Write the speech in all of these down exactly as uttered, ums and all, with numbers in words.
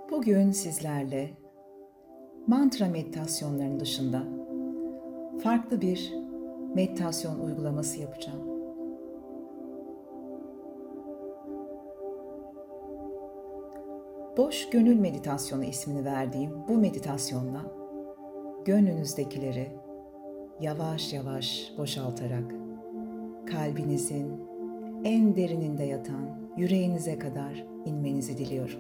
Bugün sizlerle mantra meditasyonlarının dışında farklı bir meditasyon uygulaması yapacağım. Boş Gönül Meditasyonu ismini verdiğim bu meditasyonla gönlünüzdekileri yavaş yavaş boşaltarak kalbinizin en derininde yatan yüreğinize kadar inmenizi diliyorum.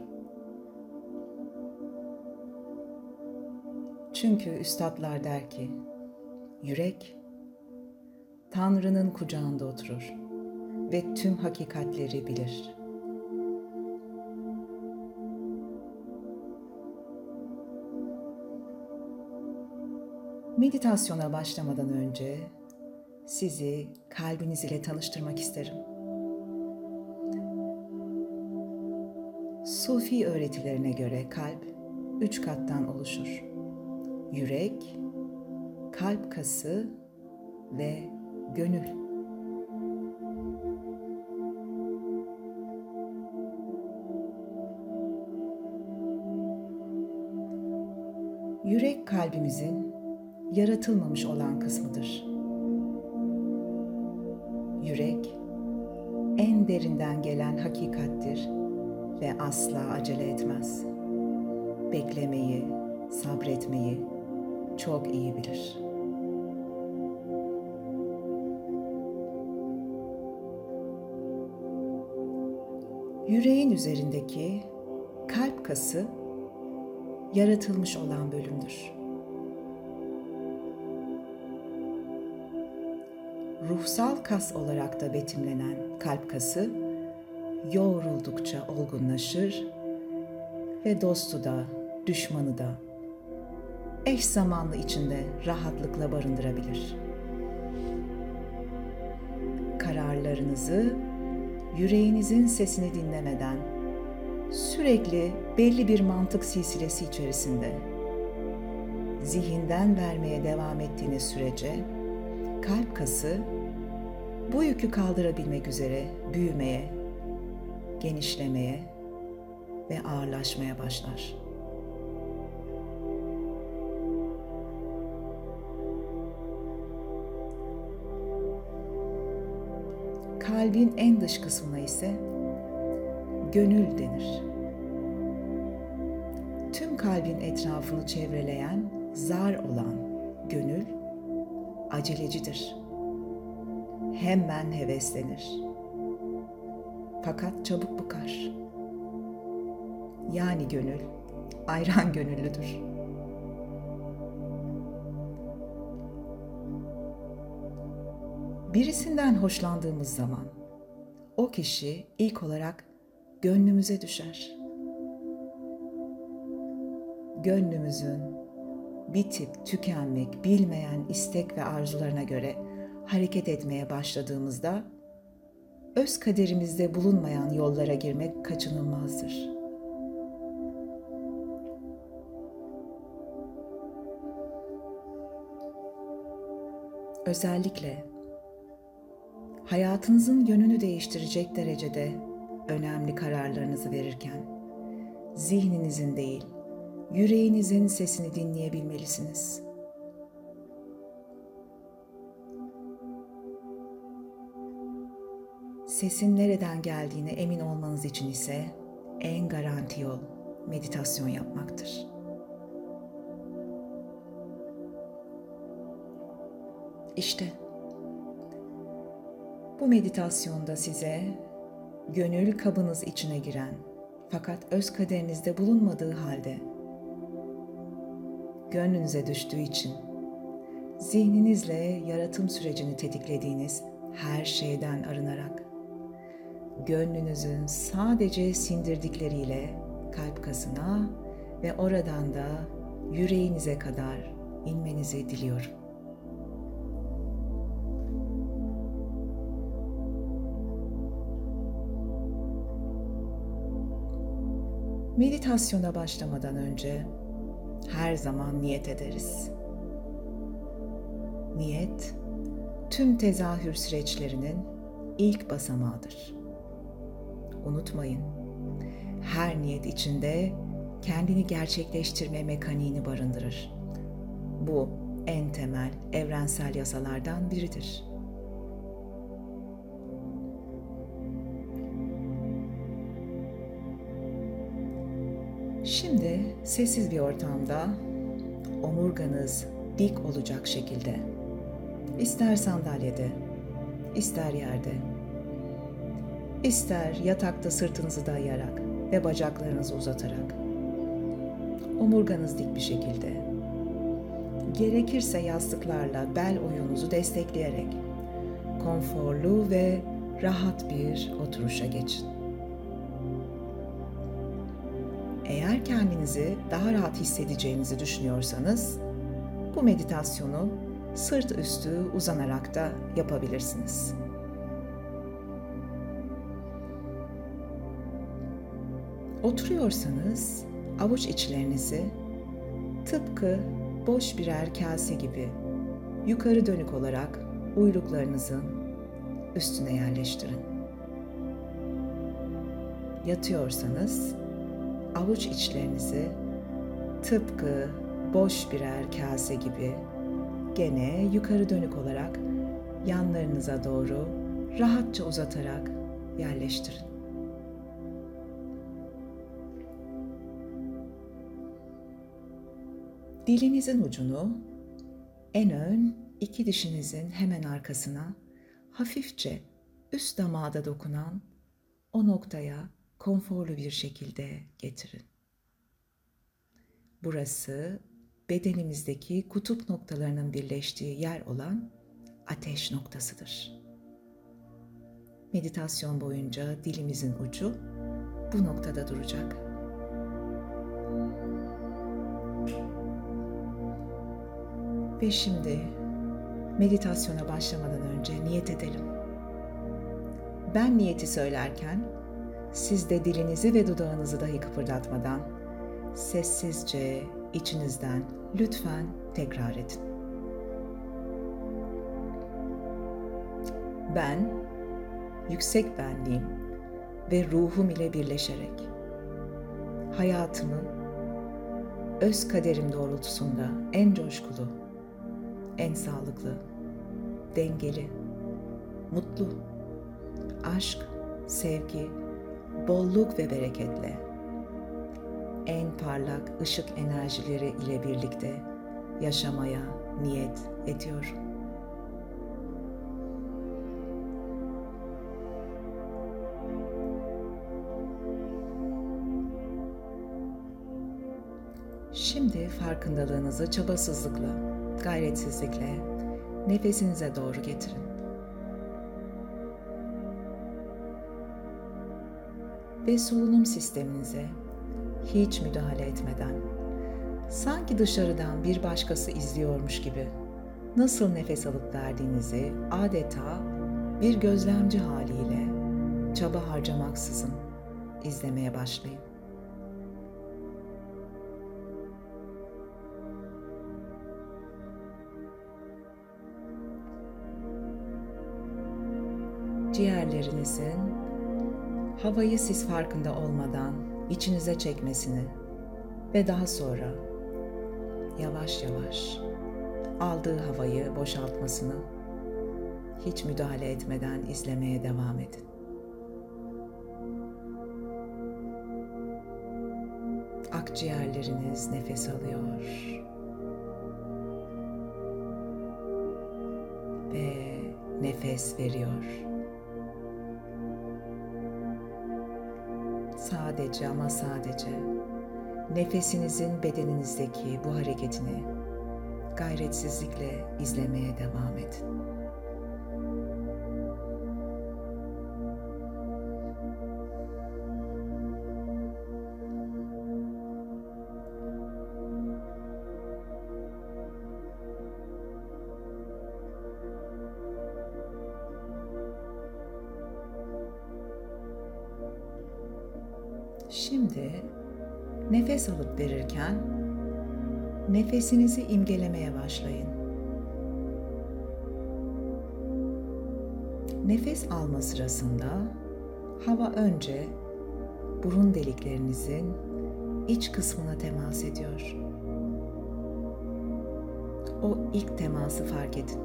Çünkü üstadlar der ki, yürek Tanrı'nın kucağında oturur ve tüm hakikatleri bilir. Meditasyona başlamadan önce sizi kalbiniz ile tanıştırmak isterim. Sufi öğretilerine göre kalp üç kattan oluşur. Yürek, kalp kası ve gönül. Yürek kalbimizin yaratılmamış olan kısmıdır. Yürek en derinden gelen hakikattir ve asla acele etmez. Beklemeyi, sabretmeyi çok iyi bilir. Yüreğin üzerindeki kalp kası yaratılmış olan bölümdür. Ruhsal kas olarak da betimlenen kalp kası yoğruldukça olgunlaşır ve dostu da, düşmanı da eş zamanlı içinde rahatlıkla barındırabilir. Kararlarınızı yüreğinizin sesini dinlemeden sürekli belli bir mantık silsilesi içerisinde zihinden vermeye devam ettiğiniz sürece kalp kası bu yükü kaldırabilmek üzere büyümeye, genişlemeye ve ağırlaşmaya başlar. Kalbin en dış kısmına ise gönül denir. Tüm kalbin etrafını çevreleyen zar olan gönül acelecidir. Hemen heveslenir. Fakat çabuk bıkar. Yani gönül ayran gönüllüdür. Birisinden hoşlandığımız zaman o kişi ilk olarak gönlümüze düşer. Gönlümüzün bitip tükenmek bilmeyen istek ve arzularına göre hareket etmeye başladığımızda öz kaderimizde bulunmayan yollara girmek kaçınılmazdır. Özellikle hayatınızın yönünü değiştirecek derecede önemli kararlarınızı verirken zihninizin değil, yüreğinizin sesini dinleyebilmelisiniz. Sesin nereden geldiğine emin olmanız için ise en garanti yol meditasyon yapmaktır. İşte bu meditasyonda size gönül kabınız içine giren fakat öz kaderinizde bulunmadığı halde gönlünüze düştüğü için zihninizle yaratım sürecini tetiklediğiniz her şeyden arınarak gönlünüzün sadece sindirdikleriyle kalp kasına ve oradan da yüreğinize kadar inmenizi diliyorum. Meditasyona başlamadan önce her zaman niyet ederiz. Niyet, tüm tezahür süreçlerinin ilk basamağıdır. Unutmayın, her niyet içinde kendini gerçekleştirme mekaniğini barındırır. Bu en temel evrensel yasalardan biridir. Şimdi sessiz bir ortamda omurganız dik olacak şekilde, ister sandalyede, ister yerde, ister yatakta sırtınızı dayayarak ve bacaklarınızı uzatarak, omurganız dik bir şekilde, gerekirse yastıklarla bel oyununuzu destekleyerek konforlu ve rahat bir oturuşa geçin. Eğer kendinizi daha rahat hissedeceğinizi düşünüyorsanız, bu meditasyonu sırt üstü uzanarak da yapabilirsiniz. Oturuyorsanız avuç içlerinizi tıpkı boş birer kase gibi yukarı dönük olarak uyluklarınızın üstüne yerleştirin. Yatıyorsanız avuç içlerinizi tıpkı boş birer kase gibi gene yukarı dönük olarak yanlarınıza doğru rahatça uzatarak yerleştirin. Dilinizin ucunu en ön iki dişinizin hemen arkasına hafifçe üst damağa dokunan o noktaya konforlu bir şekilde getirin. Burası bedenimizdeki kutup noktalarının birleştiği yer olan ateş noktasıdır. Meditasyon boyunca dilimizin ucu bu noktada duracak. Ve şimdi meditasyona başlamadan önce niyet edelim. Ben niyeti söylerken siz de dilinizi ve dudağınızı dahi kıpırdatmadan sessizce içinizden lütfen tekrar edin. Ben, yüksek benliğim ve ruhum ile birleşerek hayatımı öz kaderim doğrultusunda en coşkulu, en sağlıklı, dengeli, mutlu, aşk, sevgi, bolluk ve bereketle, en parlak ışık enerjileri ile birlikte yaşamaya niyet ediyorum. Şimdi farkındalığınızı çabasızlıkla, gayretsizlikle nefesinize doğru getirin. Ve solunum sisteminize hiç müdahale etmeden, sanki dışarıdan bir başkası izliyormuş gibi nasıl nefes alıp verdiğinizi adeta bir gözlemci haliyle çaba harcamaksızın izlemeye başlayın. Ciğerlerinizin havayı siz farkında olmadan içinize çekmesini ve daha sonra yavaş yavaş aldığı havayı boşaltmasını hiç müdahale etmeden izlemeye devam edin. Akciğerleriniz nefes alıyor ve nefes veriyor. Sadece ama sadece nefesinizin bedeninizdeki bu hareketini gayretsizlikle izlemeye devam edin. Şimdi nefes alıp verirken nefesinizi imgelemeye başlayın. Nefes alma sırasında hava önce burun deliklerinizin iç kısmına temas ediyor. O ilk teması fark edin.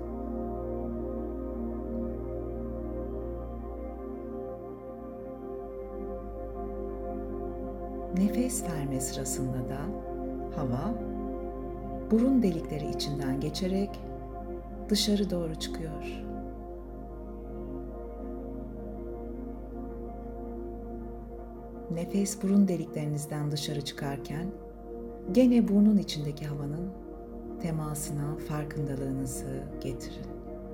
Nefes verme sırasında da hava burun delikleri içinden geçerek dışarı doğru çıkıyor. Nefes burun deliklerinizden dışarı çıkarken gene burnun içindeki havanın temasına farkındalığınızı getirin.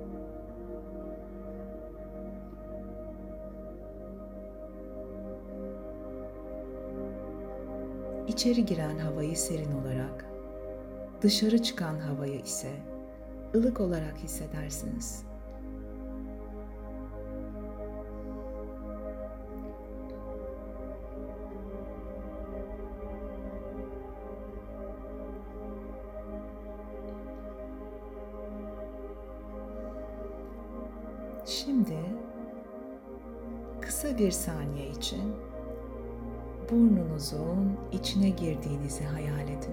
İçeri giren havayı serin olarak, dışarı çıkan havayı ise ılık olarak hissedersiniz. Şimdi kısa bir saniye için burnunuzun içine girdiğinizi hayal edin.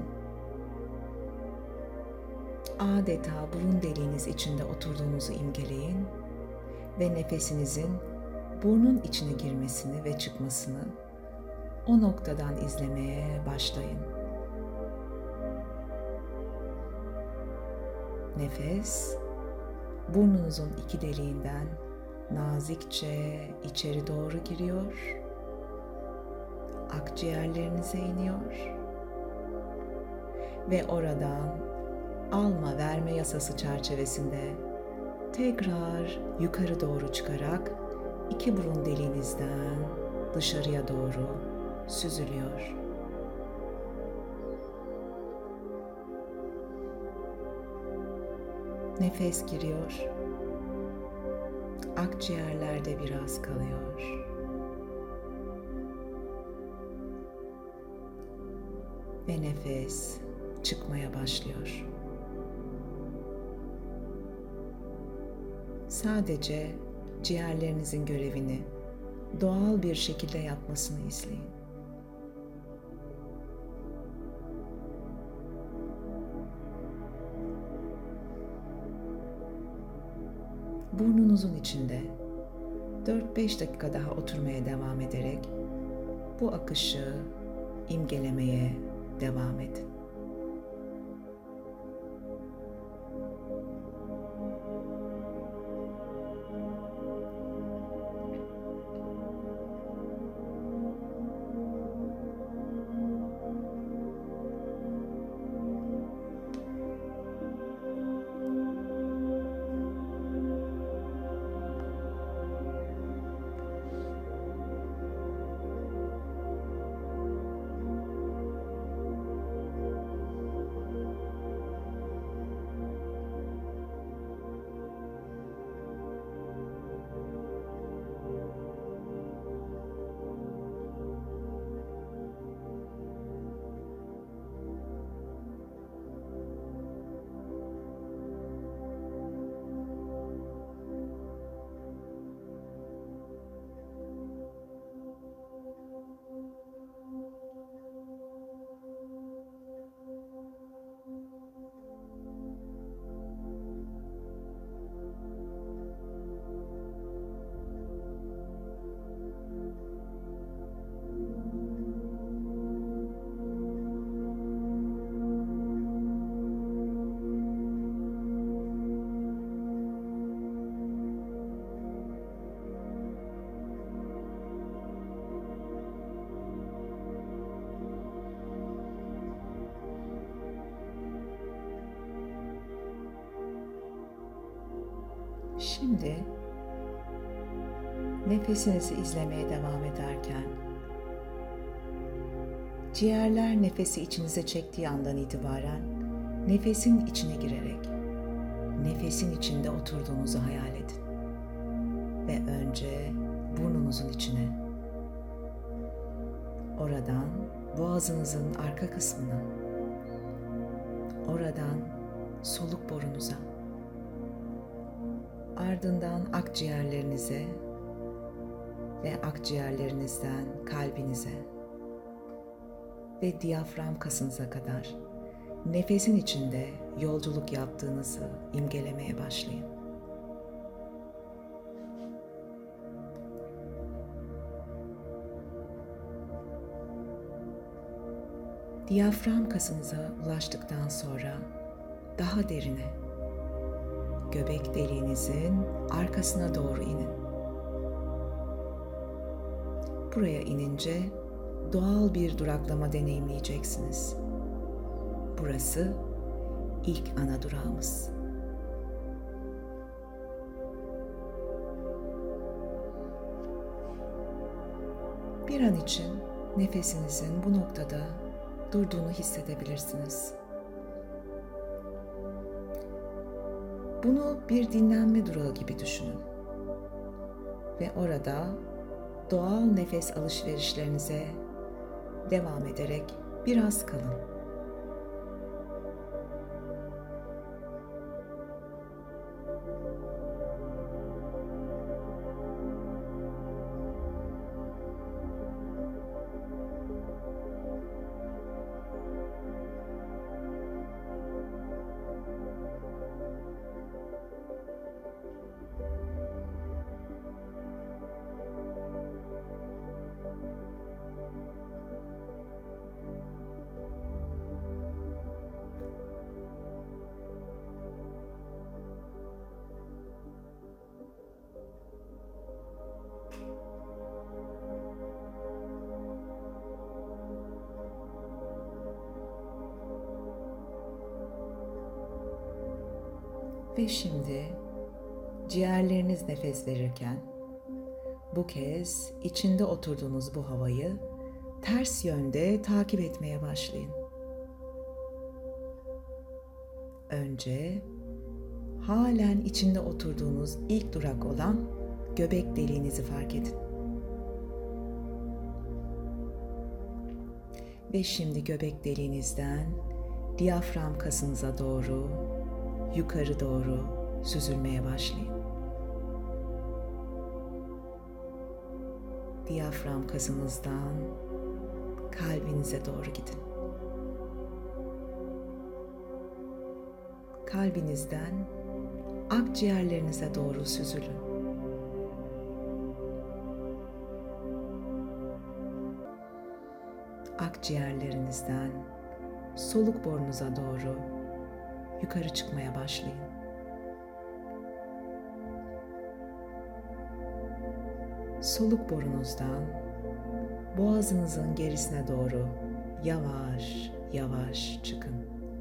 Adeta burun deliğiniz içinde oturduğunuzu imgeleyin ve nefesinizin burnun içine girmesini ve çıkmasını o noktadan izlemeye başlayın. Nefes burnunuzun iki deliğinden nazikçe içeri doğru giriyor, akciğerlerinize iniyor ve oradan alma verme yasası çerçevesinde tekrar yukarı doğru çıkarak iki burun deliğinizden dışarıya doğru süzülüyor. Nefes giriyor, akciğerlerde biraz kalıyor ve nefes çıkmaya başlıyor. Sadece ciğerlerinizin görevini doğal bir şekilde yapmasını izleyin. Burnunuzun içinde dört beş dakika daha oturmaya devam ederek bu akışı imgelemeye devam edin. Şimdi nefesinizi izlemeye devam ederken ciğerler nefesi içinize çektiği andan itibaren nefesin içine girerek nefesin içinde oturduğunuzu hayal edin. Ve önce burnunuzun içine, oradan boğazınızın arka kısmına, oradan soluk borunuza, ardından akciğerlerinize ve akciğerlerinizden kalbinize, ve diyafram kasınıza kadar nefesin içinde yolculuk yaptığınızı imgelemeye başlayın. Diyafram kasınıza ulaştıktan sonra daha derine, göbek deliğinizin arkasına doğru inin. Buraya inince doğal bir duraklama deneyimleyeceksiniz. Burası ilk ana durağımız. Bir an için nefesinizin bu noktada durduğunu hissedebilirsiniz. Bunu bir dinlenme durağı gibi düşünün ve orada doğal nefes alışverişlerinize devam ederek biraz kalın. Ve şimdi ciğerleriniz nefes verirken bu kez içinde oturduğunuz bu havayı ters yönde takip etmeye başlayın. Önce halen içinde oturduğunuz ilk durak olan göbek deliğinizi fark edin. Ve şimdi göbek deliğinizden diyafram kasınıza doğru, yukarı doğru süzülmeye başlayın. Diyafram kasınızdan kalbinize doğru gidin. Kalbinizden akciğerlerinize doğru süzülün. Akciğerlerinizden soluk borunuza doğru yukarı çıkmaya başlayın. Soluk borunuzdan boğazınızın gerisine doğru yavaş yavaş çıkın.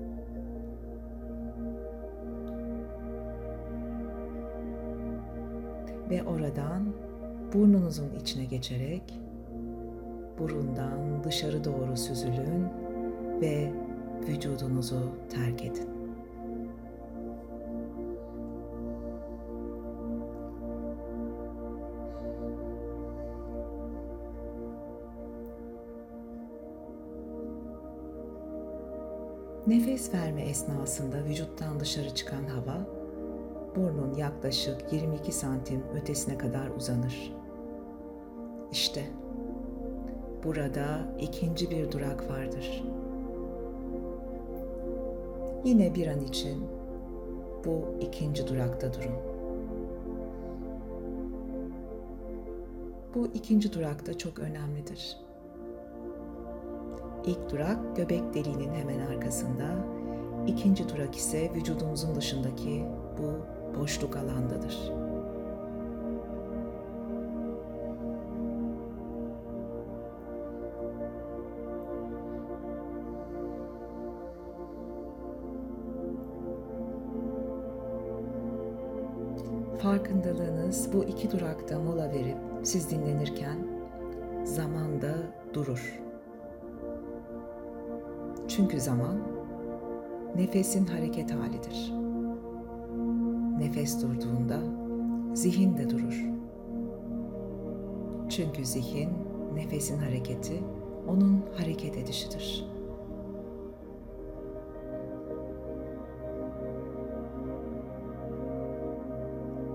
Ve oradan burnunuzun içine geçerek burundan dışarı doğru süzülün ve vücudunuzu terk edin. Nefes verme esnasında vücuttan dışarı çıkan hava, burnun yaklaşık yirmi iki santim ötesine kadar uzanır. İşte burada ikinci bir durak vardır. Yine bir an için bu ikinci durakta durun. Bu ikinci durakta çok önemlidir. İlk durak göbek deliğinin hemen arkasında, ikinci durak ise vücudumuzun dışındaki bu boşluk alandadır. Farkındalığınız bu iki durakta mola verip siz dinlenirken zaman da durur. Çünkü zaman nefesin hareket halidir. Nefes durduğunda zihin de durur. Çünkü zihin nefesin hareketi, onun hareket edişidir.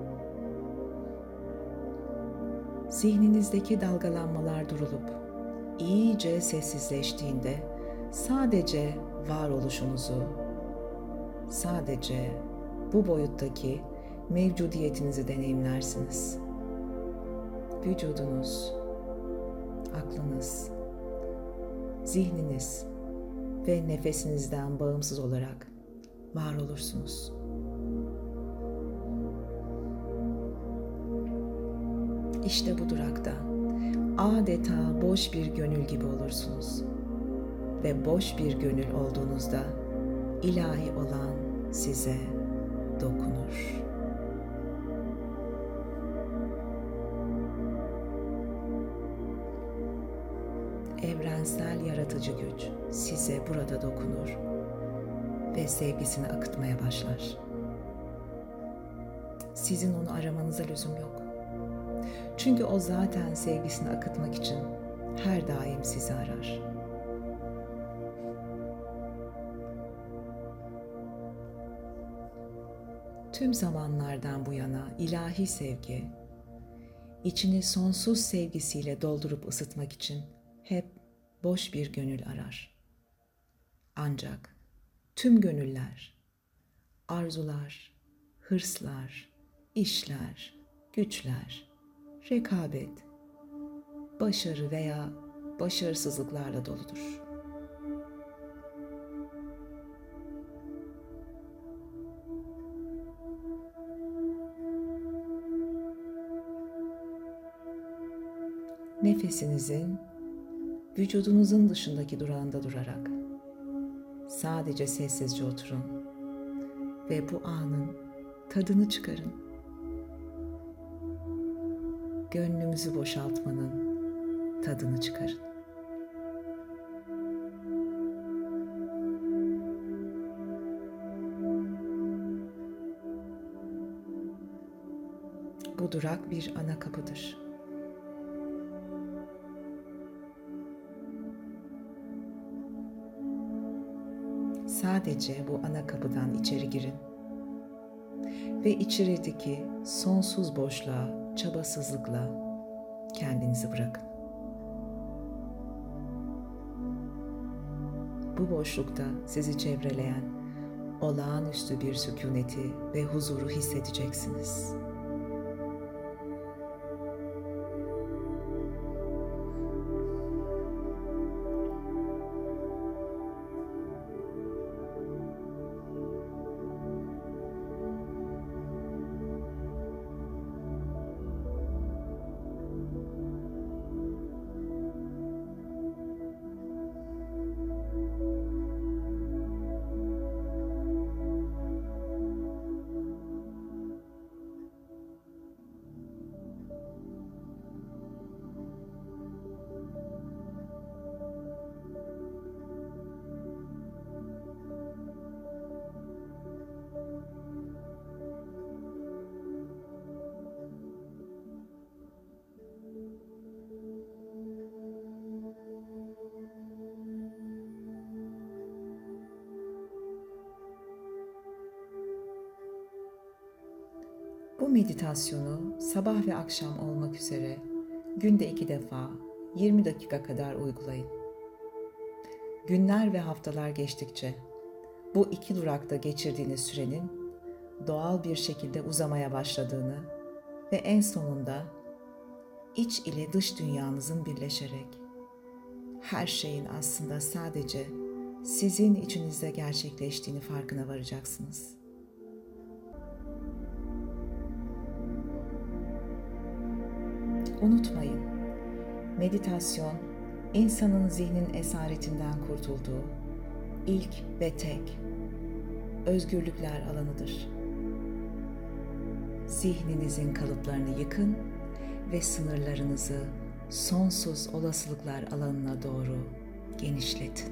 Zihninizdeki dalgalanmalar durulup iyice sessizleştiğinde sadece varoluşunuzu, sadece bu boyuttaki mevcudiyetinizi deneyimlersiniz. Vücudunuz, aklınız, zihniniz ve nefesinizden bağımsız olarak var olursunuz. İşte bu durakta adeta boş bir gönül gibi olursunuz. Ve boş bir gönül olduğunuzda ilahi olan size dokunur. Evrensel yaratıcı güç size burada dokunur ve sevgisini akıtmaya başlar. Sizin onu aramanıza lüzum yok. Çünkü o zaten sevgisini akıtmak için her daim sizi arar. Tüm zamanlardan bu yana ilahi sevgi, içini sonsuz sevgisiyle doldurup ısıtmak için hep boş bir gönül arar. Ancak tüm gönüller, arzular, hırslar, işler, güçler, rekabet, başarı veya başarısızlıklarla doludur. Nefesinizin vücudunuzun dışındaki durağında durarak sadece sessizce oturun ve bu anın tadını çıkarın. Gönlümüzü boşaltmanın tadını çıkarın. Bu durak bir ana kapıdır. Sadece bu ana kapıdan içeri girin ve içerideki sonsuz boşluğa, çabasızlıkla kendinizi bırakın. Bu boşlukta sizi çevreleyen olağanüstü bir sükuneti ve huzuru hissedeceksiniz. Bu meditasyonu sabah ve akşam olmak üzere günde iki defa yirmi dakika kadar uygulayın. Günler ve haftalar geçtikçe bu iki durakta geçirdiğiniz sürenin doğal bir şekilde uzamaya başladığını ve en sonunda iç ile dış dünyanızın birleşerek her şeyin aslında sadece sizin içinizde gerçekleştiğini farkına varacaksınız. Unutmayın, meditasyon, insanın zihnin esaretinden kurtulduğu ilk ve tek özgürlükler alanıdır. Zihninizin kalıplarını yıkın ve sınırlarınızı sonsuz olasılıklar alanına doğru genişletin.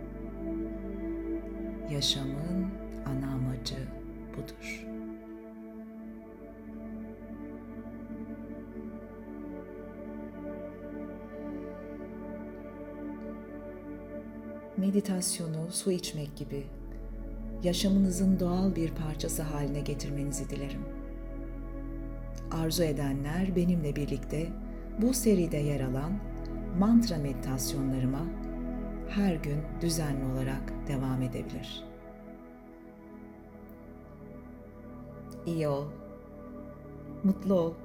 Yaşamın ana amacı budur. Meditasyonu su içmek gibi yaşamınızın doğal bir parçası haline getirmenizi dilerim. Arzu edenler benimle birlikte bu seride yer alan mantra meditasyonlarıma her gün düzenli olarak devam edebilir. İyi ol, mutlu ol.